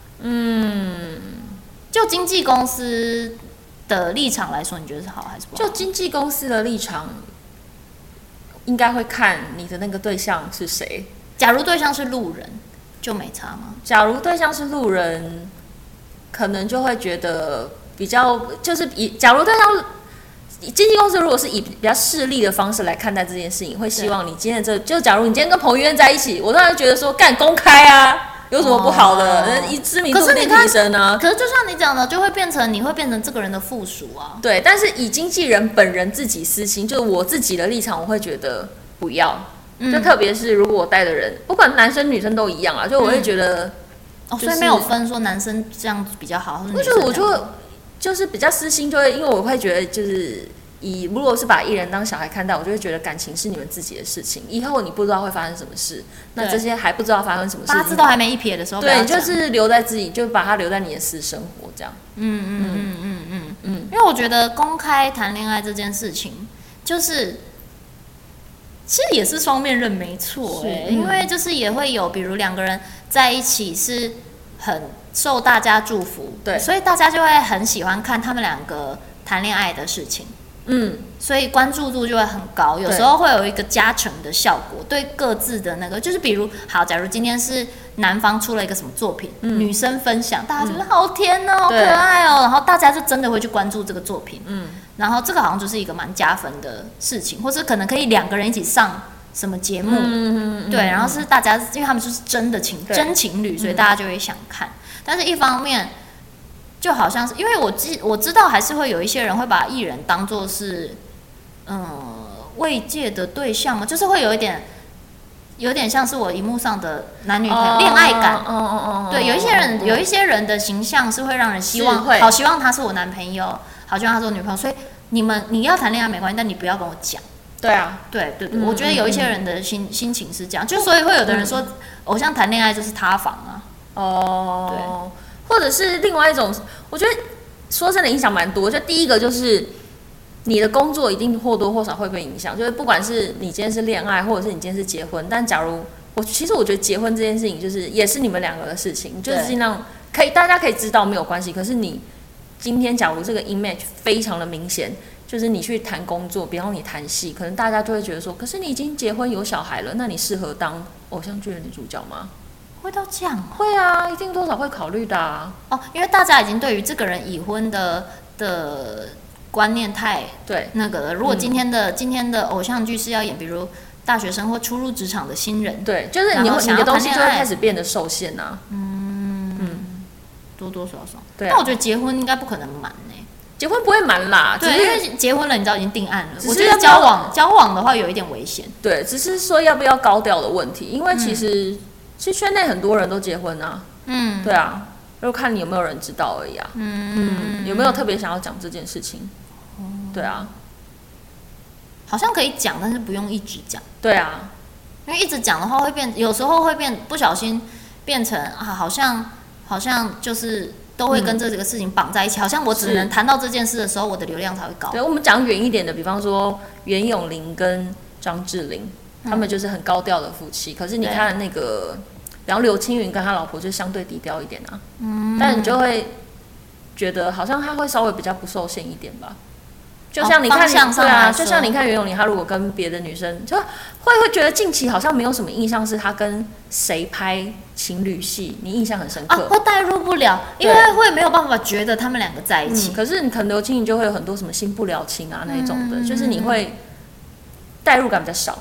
就经纪公司的立场来说，你觉得是好还是不好？ 就经纪公司的立场，应该会看你的那个对象是谁。 假如对象是路人，就没差吗？ 假如对象是路人，可能就会觉得比较就是假如对象。经纪公司如果是以比较势利的方式来看待这件事情，会希望你今天就假如你今天跟彭于晏在一起，我当然觉得说干公开啊，有什么不好的？知名度变提升啊。 可是就像你讲的，就会变成这个人的附属啊。 对，但是以经纪人本人自己私心，就是我自己的立场，我会觉得不要。就特别是如果我带的人，不管男生女生都一样啊，就我会觉得， 所以没有分说男生这样比较好，或者女生我就是比较私心，就会因为我会觉得就是如果是把艺人当小孩看待，我就会觉得感情是你们自己的事情，以后你不知道会发生什么事，那这些还不知道发生什么事， 八字都还没一撇的时候， 对，就是留在自己，就把它留在你的私生活这样。 因为我觉得公开谈恋爱这件事情，就是其实也是双面刃，没错因为就是也会有，比如两个人在一起是很受大家祝福，对，所以大家就会很喜欢看他们两个谈恋爱的事情，所以关注度就会很高，有时候会有一个加成的效果，对各自的那个，就是比如好，假如今天是男方出了一个什么作品，女生分享，大家觉得好甜哦，好可爱哦，然后大家就真的会去关注这个作品，然后这个好像就是一个蛮加分的事情，或者可能可以两个人一起上什么节目，对，然后是大家，因为他们就是真情侣，所以大家就会想看。但是一方面， 就好像是因为我知道还是会有一些人会把艺人当作是慰藉的对象嘛，就是会有点像是我荧幕上的男女恋爱感。对，有一些人的形象是会让人希望，好希望他是我男朋友，好希望他是我女朋友，所以你要谈恋爱没关系，但你不要跟我讲。 对啊， 对，我觉得有一些人的心情是这样，就所以会有的人说，偶像谈恋爱就是塌房啊。 对，或者是另外一种，我觉得说真的影响蛮多。就第一个就是你的工作一定或多或少会被影响，就是不管是你今天是恋爱，或者是你今天是结婚，但假如其实我觉得结婚这件事情就是也是你们两个的事情，就是尽量大家可以知道没有关系。可是你今天假如这个 image 非常的明显。就是你去谈工作，比方你谈戏，可能大家就会觉得说，可是你已经结婚有小孩了，那你适合当偶像剧的女主角吗？ 会到这样吗？ 会啊，一定多少会考虑的啊。 因为大家已经对于这个人已婚的观念太那个了。如果今天的偶像剧是要演，比如大学生或初入职场的新人， 对，就是你的东西就会开始变得受限啊。 多多少少。 对啊。 但我觉得结婚应该不可能满欸。 结婚不会瞒啦， 对，因为结婚了，你知道已经定案了。 我觉得交往的话有一点危险。 对，只是说要不要高调的问题，因为其实圈内很多人都结婚啊。对啊，就看你有没有人知道而已啊。有没有特别想要讲这件事情？对啊， 好像可以讲，但是不用一直讲。 对啊， 因为一直讲的话有时候会不小心变成好像就是。都会跟这个事情绑在一起，好像我只能谈到这件事的时候，我的流量才会高。 对，我们讲远一点的，比方说袁咏琳跟张智霖，他们就是很高调的夫妻。可是你看那个，比方刘青云跟他老婆就相对低调一点啊。但你就会觉得好像他会稍微比较不受限一点吧。就像你看，对啊，就像你看袁咏琳，她如果跟别的女生，就会觉得近期好像没有什么印象是她跟谁拍情侣戏，你印象很深刻， 会带入不了，因为会没有办法觉得他们两个在一起。 可是你可能刘青云就会有很多什么新不了情啊那种的，就是你会代入感比较少。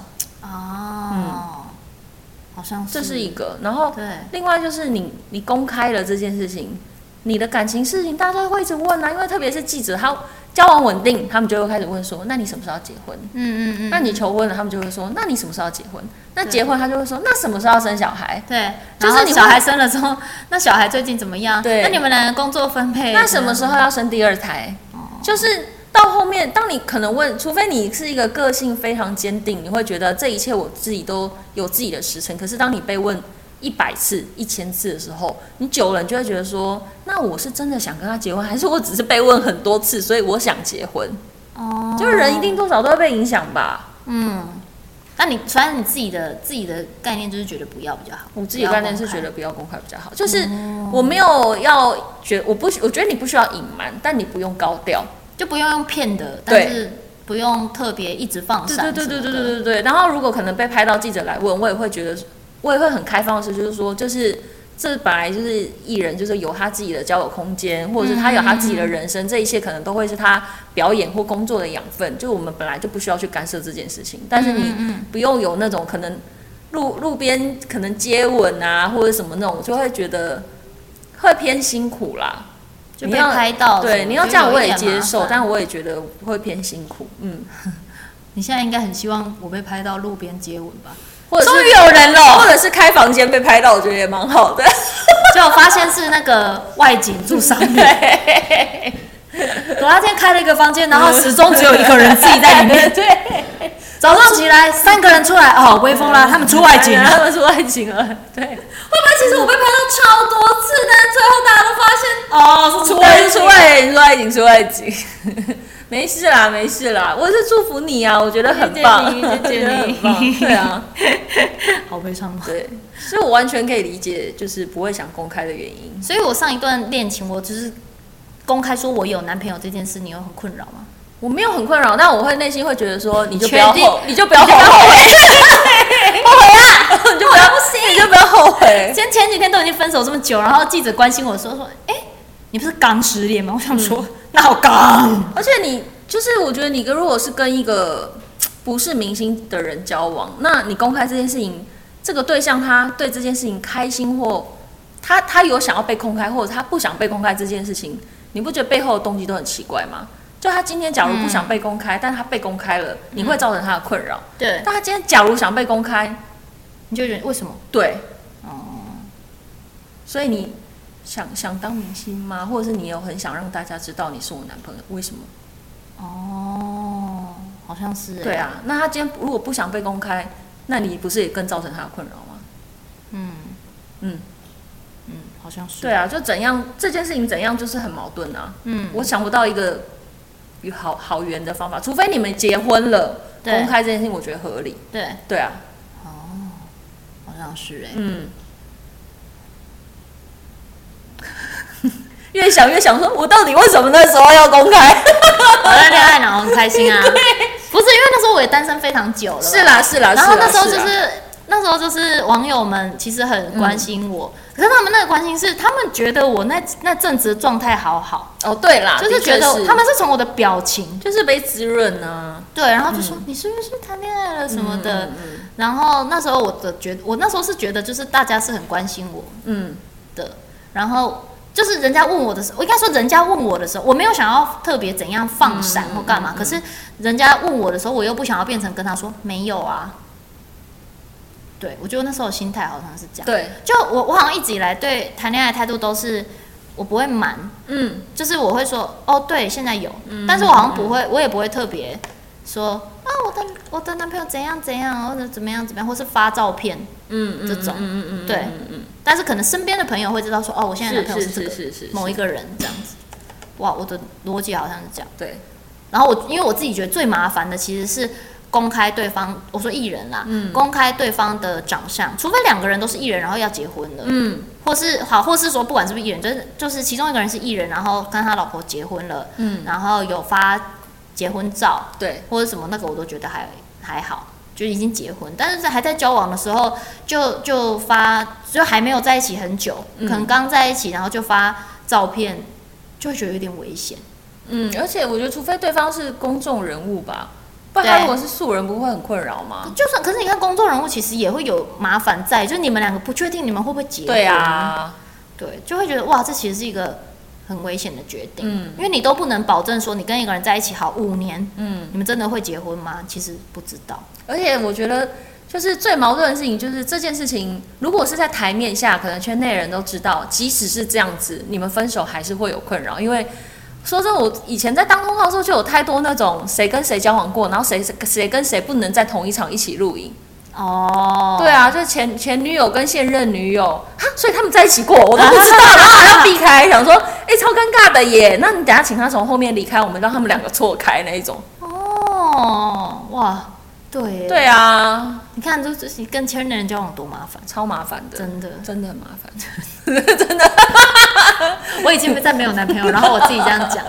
好像是这是一个，然后另外就是你公开了这件事情，你的感情事情，大家会一直问啊，因为特别是记者他。交往稳定，他们就会开始问说：“那你什么时候要结婚？”那你求婚了，他们就会说：“那你什么时候要结婚？”那结婚，他就会说：“那什么时候要生小孩？” 对，就是你小孩生了之后，那小孩最近怎么样？对，那你们两个工作分配？ 那什么时候要生第二胎？就是到后面，当你可能问，除非你是一个个性非常坚定，你会觉得这一切我自己都有自己的时辰。可是当你被问100次、1000次的时候，你久了，你就会觉得说，那我是真的想跟他结婚，还是我只是被问很多次，所以我想结婚？就是人一定多少都会被影响吧。 那反正你自己的概念就是觉得不要比较好。 我自己的概念是觉得不要公开比较好，就是我没有要我觉得你不需要隐瞒，但你不用高调， 就不用骗的，但是不用特别一直放闪。 对。然后如果可能被拍到记者来问，我也会觉得。我也会很开放的是，就是说，这本来就是艺人，就是有他自己的交友空间，或者是他有他自己的人生，这一切可能都会是他表演或工作的养分。就我们本来就不需要去干涉这件事情，但是你不用有那种可能路边可能接吻啊，或者什么那种，就会觉得会偏辛苦啦。 就被拍到， 对，你要这样我也接受，但我也觉得会偏辛苦。 你现在应该很希望我被拍到路边接吻吧？ 终于有人了，或者是开房间被拍到，我觉得也蛮好的。 结果发现是那个外景住上面。我那天开了一个房间，然后始终只有一个人自己在里面。 对。 早上起来3个人出来，微风啦，他们出外景了。 他们出外景了。对。会不会其实我被拍到超多次，但是最后大家都发现，是出外景。没事啦，我是祝福你啊，我觉得很棒， 谢谢你， 对啊， 好悲伤。 对，所以我完全可以理解，就是不会想公开的原因。 所以我上一段恋情，我就是公开说我有男朋友这件事，你有很困扰吗？ 我没有很困扰，但我会内心会觉得说，你就不要后悔，后悔啊， 你就不要后悔。 前几天都已经分手这么久，然后记者关心我说，你不是刚失恋吗？我想说，那好刚。 而且你就是我觉得你如果是跟一个不是明星的人交往，那你公开这件事情，这个对象他对这件事情开心或他有想要被公开，或者他不想被公开这件事情，你不觉得背后的动机都很奇怪吗？就他今天假如不想被公开，但他被公开了，你会造成他的困扰。 对。 但他今天假如想被公开， 你就觉得为什么？ 对。所以你想当明星吗？或者是你有很想让大家知道你是我男朋友？为什么？ 好像是。 对啊，那他今天如果不想被公开，那你不是也更造成他的困扰吗？ 好像是。 对啊，就怎样这件事情怎样就是很矛盾啊。我想不到一个好圆的方法，除非你们结婚了，公开这件事情我觉得合理。对啊。 好像是越想越想说，我到底为什么那时候要公开？ 我在恋爱脑很开心啊。不是因为那时候我也单身非常久了。 是啦。 然后那时候就是网友们其实很关心我，可是他们那个关心是他们觉得我那阵子的状态好好。 对啦， 就是觉得他们是从我的表情就是被滋润啊。 对，然后就说你是不是谈恋爱了什么的。然后那时候我那时候是觉得就是大家是很关心我的。然后就是人家问我的时候，我应该说人家问我的时候，我没有想要特别怎样放闪或干嘛。可是人家问我的时候，我又不想要变成跟他说没有啊。对，我觉得那时候心态好像是这样。 对， 就我好像一直以来对谈恋爱的态度都是我不会瞒，就是我会说对，现在有，但是我好像不会，我也不会特别说我的男朋友怎样怎样，或者怎么样怎么样，或是发照片，这种，对，但是可能身边的朋友会知道说我现在男朋友是这个某一个人这样子。哇，我的逻辑好像是这样。 对， 然后因为我自己觉得最麻烦的其实是公开对方，我说艺人啦，公开对方的长相，除非两个人都是艺人，然后要结婚了，或是说不管是不是艺人，就是其中一个人是艺人，然后跟他老婆结婚了，然后有发结婚照， 对， 或者什么那个我都觉得还好，就已经结婚，但是还在交往的时候就发，就还没有在一起很久，可能刚在一起，然后就发照片，就会觉得有点危险。 而且我觉得除非对方是公众人物吧。不然他如果是素人，不会很困扰吗？ 就算，可是你看公众人物其实也会有麻烦在，就是你们两个不确定你们会不会结婚。 对啊， 对，就会觉得哇，这其实是一个很危险的决定。因为你都不能保证说你跟一个人在一起好5年，你们真的会结婚吗？其实不知道。而且我觉得就是最矛盾的事情，就是这件事情如果是在台面下，可能圈内人都知道，即使是这样子，你们分手还是会有困扰，因为。说真的，我以前在当通告的时候就有太多那种谁跟谁交往过，然后谁跟谁不能在同一场一起录影。对啊，就是前女友跟现任女友，所以他们在一起过，我都不知道，然后还要避开，想说，超尴尬的耶。那你等一下请他从后面离开，我们让他们两个错开那一种。 哇，对。 对啊， 你看，就是跟前任人交往多麻烦， 超麻烦的， 真的很麻烦，真的。 我已经再没有男朋友，然后我自己这样讲。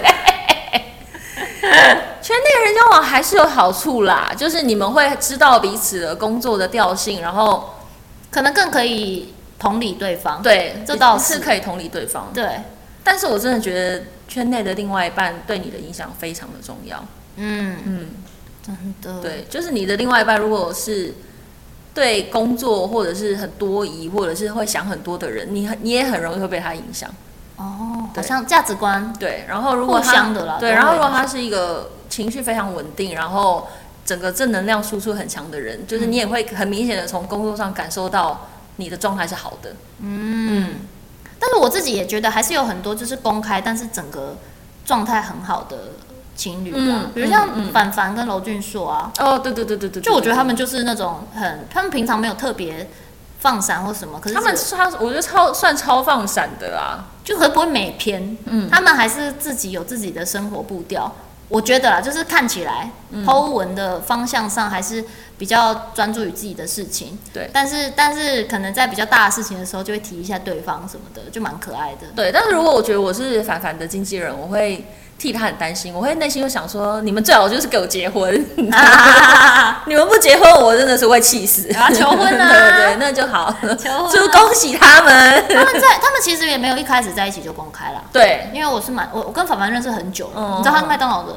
圈内人交往还是有好处啦，就是你们会知道彼此的工作的调性，然后可能更可以同理对方。 对， 这倒是可以同理对方。 对， 但是我真的觉得圈内的另外一半对你的影响非常的重要。 真的。 对，就是你的另外一半如果是对工作或者是很多疑，或者是会想很多的人，你也很容易会被他影响。 好像价值观。 对，然后如果互相的啦。 对，然后如果他是一个情绪非常稳定，然后整个正能量输出很强的人，就是你也会很明显的从工作上感受到你的状态是好的。 但是我自己也觉得还是有很多就是公开，但是整个状态很好的情侣比如像凡凡跟娄俊硕啊。 对， 就我觉得他们就是那种他们平常没有特别放闪或什么，可是我觉得算超放闪的啦， 就不会美篇。他们还是自己有自己的生活步调。我觉得啦，就是看起来po文的方向上还是比较专注于自己的事情。 对， 但是可能在比较大的事情的时候，就会提一下对方什么的，就蛮可爱的。 对，但是如果我觉得我是凡凡的经纪人，我会替他很担心，我会内心就想说，你们最好就是给我结婚，你们不结婚，我真的是会气死。 求婚啊！ 对，那就好， 求婚， 就恭喜他们。 他们其实也没有一开始在一起就公开了。 对， 因为我跟凡凡认识很久了，你知道他是麦当劳的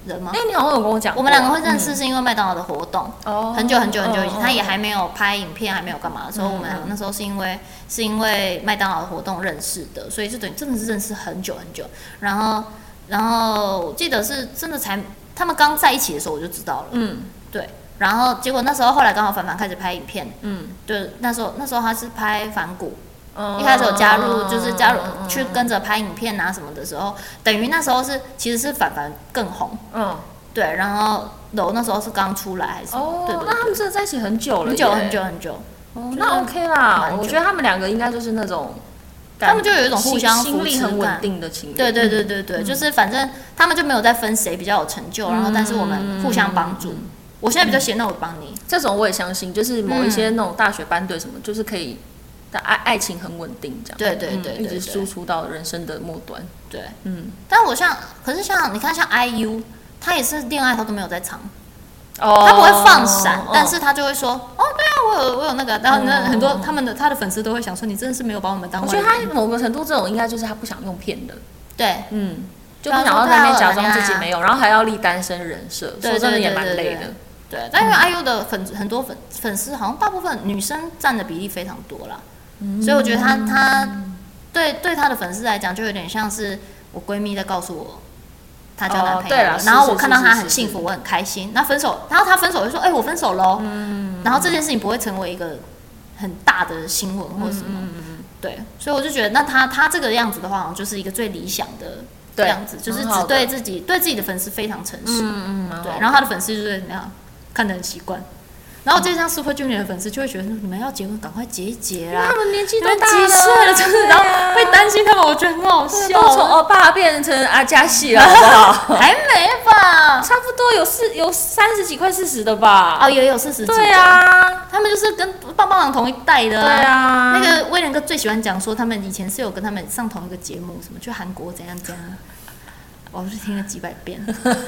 人吗？ 你好像有跟我讲过， 我们两个会认识是因为麦当劳的活动，很久很久以前，他也还没有拍影片，还没有干嘛的时候，我们两个那时候是因为麦当劳的活动认识的，所以就等于真的是认识很久很久。然后我记得是真的他们刚在一起的时候我就知道了，对。然后结果那时候后来刚好凡凡开始拍影片，对，那时候他是拍反骨。一开始有加入去跟着拍影片啊什么的时候，等于那时候其实是凡凡更红，对，然后柔那时候是刚出来还是对， 那他们真的在一起很久了， 很久， 那 OK 啦，我觉得他们两个应该就是那种， 他们就有一种互相扶持心力很稳定的情侣， 对，就是反正他们就没有在分谁比较有成就，然后但是我们互相帮助。我现在比较闲，那我帮你， 这种我也相信，就是某一些那种大学班队什么，就是可以。爱情很稳定，这样对， 一直输出到人生的末端。 对，但可是像你看，像 IU， 他也是恋爱他都没有在藏，他不会放闪，但是他就会说，对啊，我有那个，然后很多他的粉丝都会想说，你真的是没有把我们当外人。 我觉得他某个程度这种应该就是他不想用骗的， 对， 就不想要在那边假装自己没有，然后还要立单身人设，说真的也蛮累的。 对，但因为 IU 的很多粉丝好像大部分女生占的比例非常多啦。所以我觉得他对他的粉丝来讲，就有点像是我闺蜜在告诉我她交男朋友了，然后我看到她很幸福，我很开心。那分手，然后她分手就说：“我分手喽。”然后这件事情不会成为一个很大的新闻或什么。对，所以我就觉得，那他这个样子的话，好像就是一个最理想的样子，就是只对自己的粉丝非常诚实。对，然后他的粉丝就是怎么样看得很习惯。然后这像 Super Junior 的粉丝就会觉得你们要结婚，赶快结一结啦！ 他们年纪都大了，几岁了，就是然后会担心他们，我觉得很好笑。 都从欧巴变成阿加系了，好不好？ 还没吧？ 差不多有30几快40的吧？ 也有40几。 对啊， 他们就是跟棒棒糖同一代的。 对啊， 那个威廉哥最喜欢讲说，他们以前是有跟他们上同一个节目，什么去韩国怎样怎样。我是听了几百遍。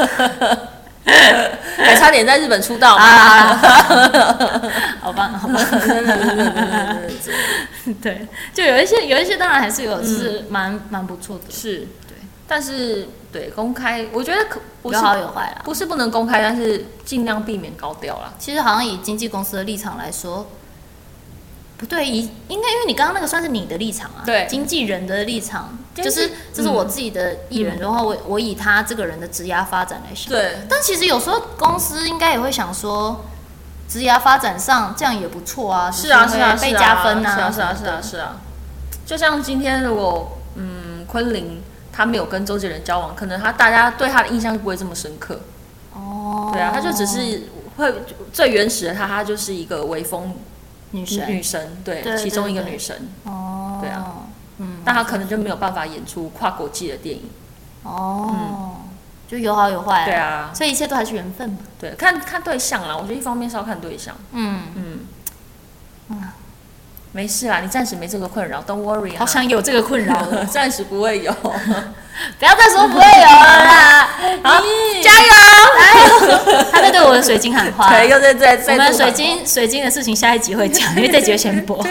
还差点在日本出道嘛！ 好棒，对，就有一些当然还是有，就是蛮不错的。 是，对，但是对公开，我觉得有好有坏啦， 不是不能公开，但是尽量避免高调啦。 其实好像以经纪公司的立场来说。不对，应该因为你刚刚那个算是你的立场啊， 对， 经纪人的立场，就是这是我自己的艺人，然后我以他这个人的职涯发展来想， 对。 但其实有时候公司应该也会想说，职涯发展上这样也不错啊， 是啊， 被加分啊， 是啊。就像今天如果昆凌他没有跟周杰伦交往，可能大家对他的印象就不会这么深刻。对啊，他就只是会最原始的他就是一个微风。女神，对，其中一个女神，对啊，但她可能就没有办法演出跨国际的电影， 就有好有坏， 对啊， 所以一切都还是缘分嘛， 对，看对象啦，我觉得一方面是要看对象，没事啦，你暂时没这个困扰 ，Don't worry， 好想有这个困扰， 暂时不会有， 不要再说不会有了啦，加油！他在对我的水晶喊话， 对，又在我们水晶的事情下一集会讲，因为这集会先播。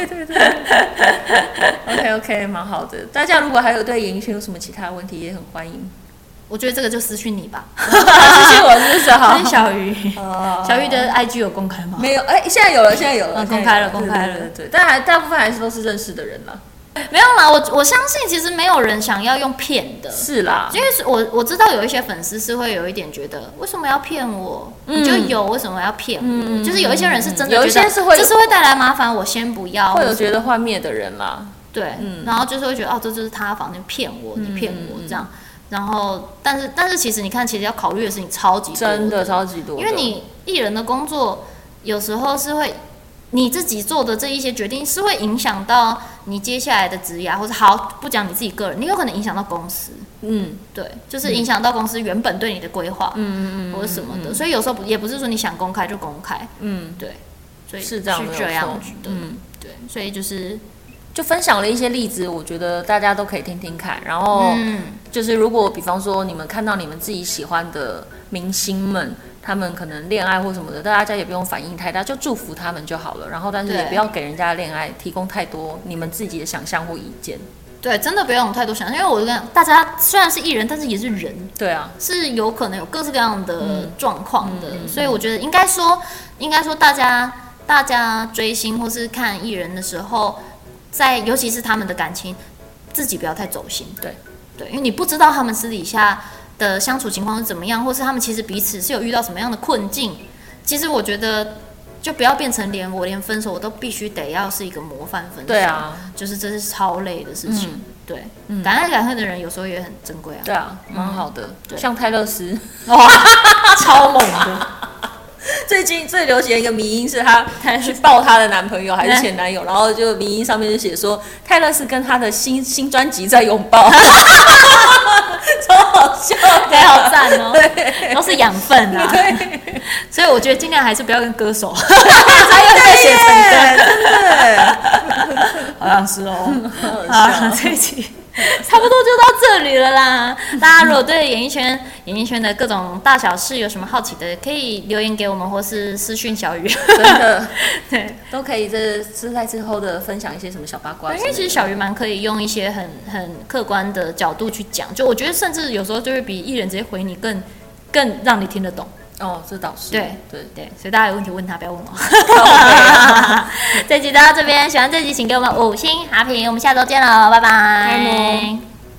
对，OK， 蛮好的。大家如果还有对演艺圈有什么其他问题，也很欢迎。 我觉得这个就私讯你吧， 私讯我是不是？好， 是小鱼，小鱼的 IG 有公开吗？ 没有，现在有了， 公开了， 对，但大部分还是都是认识的人啦。 没有啦，我相信其实没有人想要用骗的， 是啦， 因为我知道有一些粉丝是会有一点觉得为什么要骗我，你就有为什么要骗我，就是有一些人是真的觉得有一些是会这是会带来麻烦，我先不要， 会有觉得幻灭的人啦， 对，然后就是会觉得这就是他房间骗我，你骗我这样。然后，但是其实你看，其实要考虑的事情超级多， 真的超级多。 因为你艺人的工作有时候是会你自己做的这一些决定，是会影响到你接下来的职涯，或者好不讲你自己个人，你有可能影响到公司。对，就是影响到公司原本对你的规划，或者什么的。所以有时候也不是说你想公开就公开，对，所以是这样子的，对，所以就分享了一些例子，我觉得大家都可以听听看。然后就是如果比方说你们看到你们自己喜欢的明星们，他们可能恋爱或什么的，大家也不用反应太大，就祝福他们就好了。然后但是也不要给人家恋爱提供太多你们自己的想象或意见。 对，真的不要有太多想象，因为我跟你讲，大家虽然是艺人，但是也是人， 对啊， 是有可能有各式各样的状况的，所以我觉得应该说大家追星或是看艺人的时候，尤其是他们的感情，自己不要太走心，对，因为你不知道他们私底下的相处情况是怎么样，或是他们其实彼此是有遇到什么样的困境。其实我觉得，就不要变成连分手我都必须得要是一个模范分手。 对啊， 就是这是超累的事情。对，敢爱敢恨的人有时候也很珍贵啊。 对啊，蛮好的。像泰勒斯， 哇，超猛的。 最近最流行的一个迷因是她去抱她的男朋友还是前男友，然后就迷因上面就写说泰勒斯跟她的新专辑在拥抱，超好笑， 对，好赞哦，对，都是养分啊。对，所以我觉得尽量还是不要跟歌手，他又被写成歌， 真的， 好像是哦。好，这一期差不多就到这里了啦。大家如果对演艺圈的各种大小事有什么好奇的，可以留言给我们，或是私讯小鱼。 真的， 对， 都可以在之后的分享一些什么小八卦。 因为其实小鱼蛮可以用一些很客观的角度去讲，就我觉得甚至有时候就会比艺人直接回你更让你听得懂。 哦，这倒是。 对，所以大家有问题问他，不要问我。这集就到这边，喜欢这集请给我们5星好评，我们下周见喽，拜拜。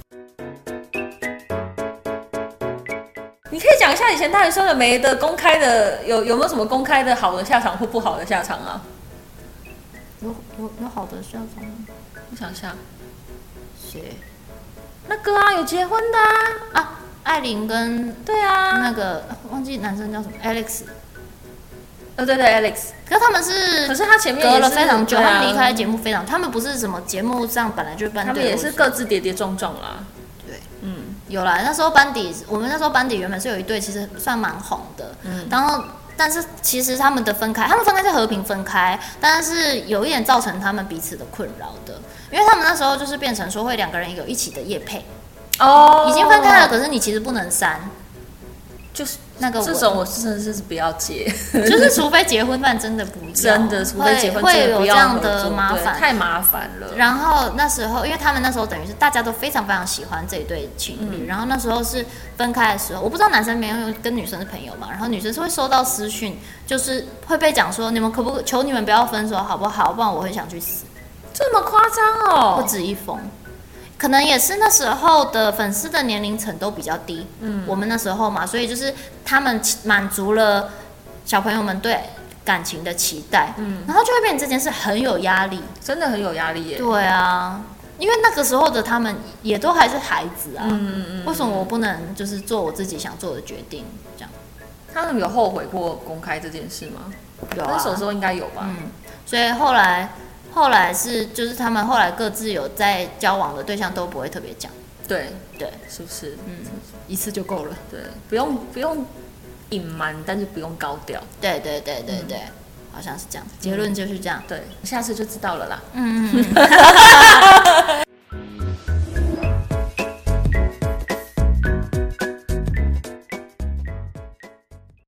你可以讲一下以前大学生的没的公开的有没有什么公开的好的下场或不好的下场啊？ 有好的下场吗？ 我想一下， 谁？ 那个啊，有结婚的啊。 艾琳跟对啊， 那个忘记男生叫什么 Alex， 对 Alex， 可是他前面隔了非常久，他们离开节目非常，他们不是什么节目上本来就是班队， 他们也是各自跌跌撞撞啦。 对，有啦，那时候我们那时候班底原本是有一对，其实算蛮红的，然后但是其实他们分开是和平分开，但是有一点造成他们彼此的困扰的，因为他们那时候就是变成说会2个人有一起的业配。已经分开了，可是你其实不能删， 就是那个这种我真的是不要接， 就是除非结婚，不然真的不要， 真的除非结婚会有这样的麻烦， 太麻烦了。 然后那时候，因为他们那时候等于是大家都非常非常喜欢这一对情侣，然后那时候是分开的时候，我不知道男生没有跟女生是朋友嘛，然后女生是会收到私讯，就是会被讲说你们可不求你们不要分手好不好，不然我会想去死， 这么夸张哦， 不止一封。可能也是那时候的粉丝的年龄层都比较低，我们那时候嘛，所以就是他们满足了小朋友们对感情的期待，然后就会变成这件事很有压力， 真的很有压力耶。 对啊，因为那个时候的他们也都还是孩子啊，为什么我不能就是做我自己想做的决定？这样， 他们有后悔过公开这件事吗？ 有啊， 分手的时候应该有吧。 所以后来是，就是他们后来各自有在交往的对象都不会特别讲， 对，是不是？ 一次就够了。 对，不用隐瞒，但是不用高调。 对，好像是这样，结论就是这样。 对，下次就知道了啦。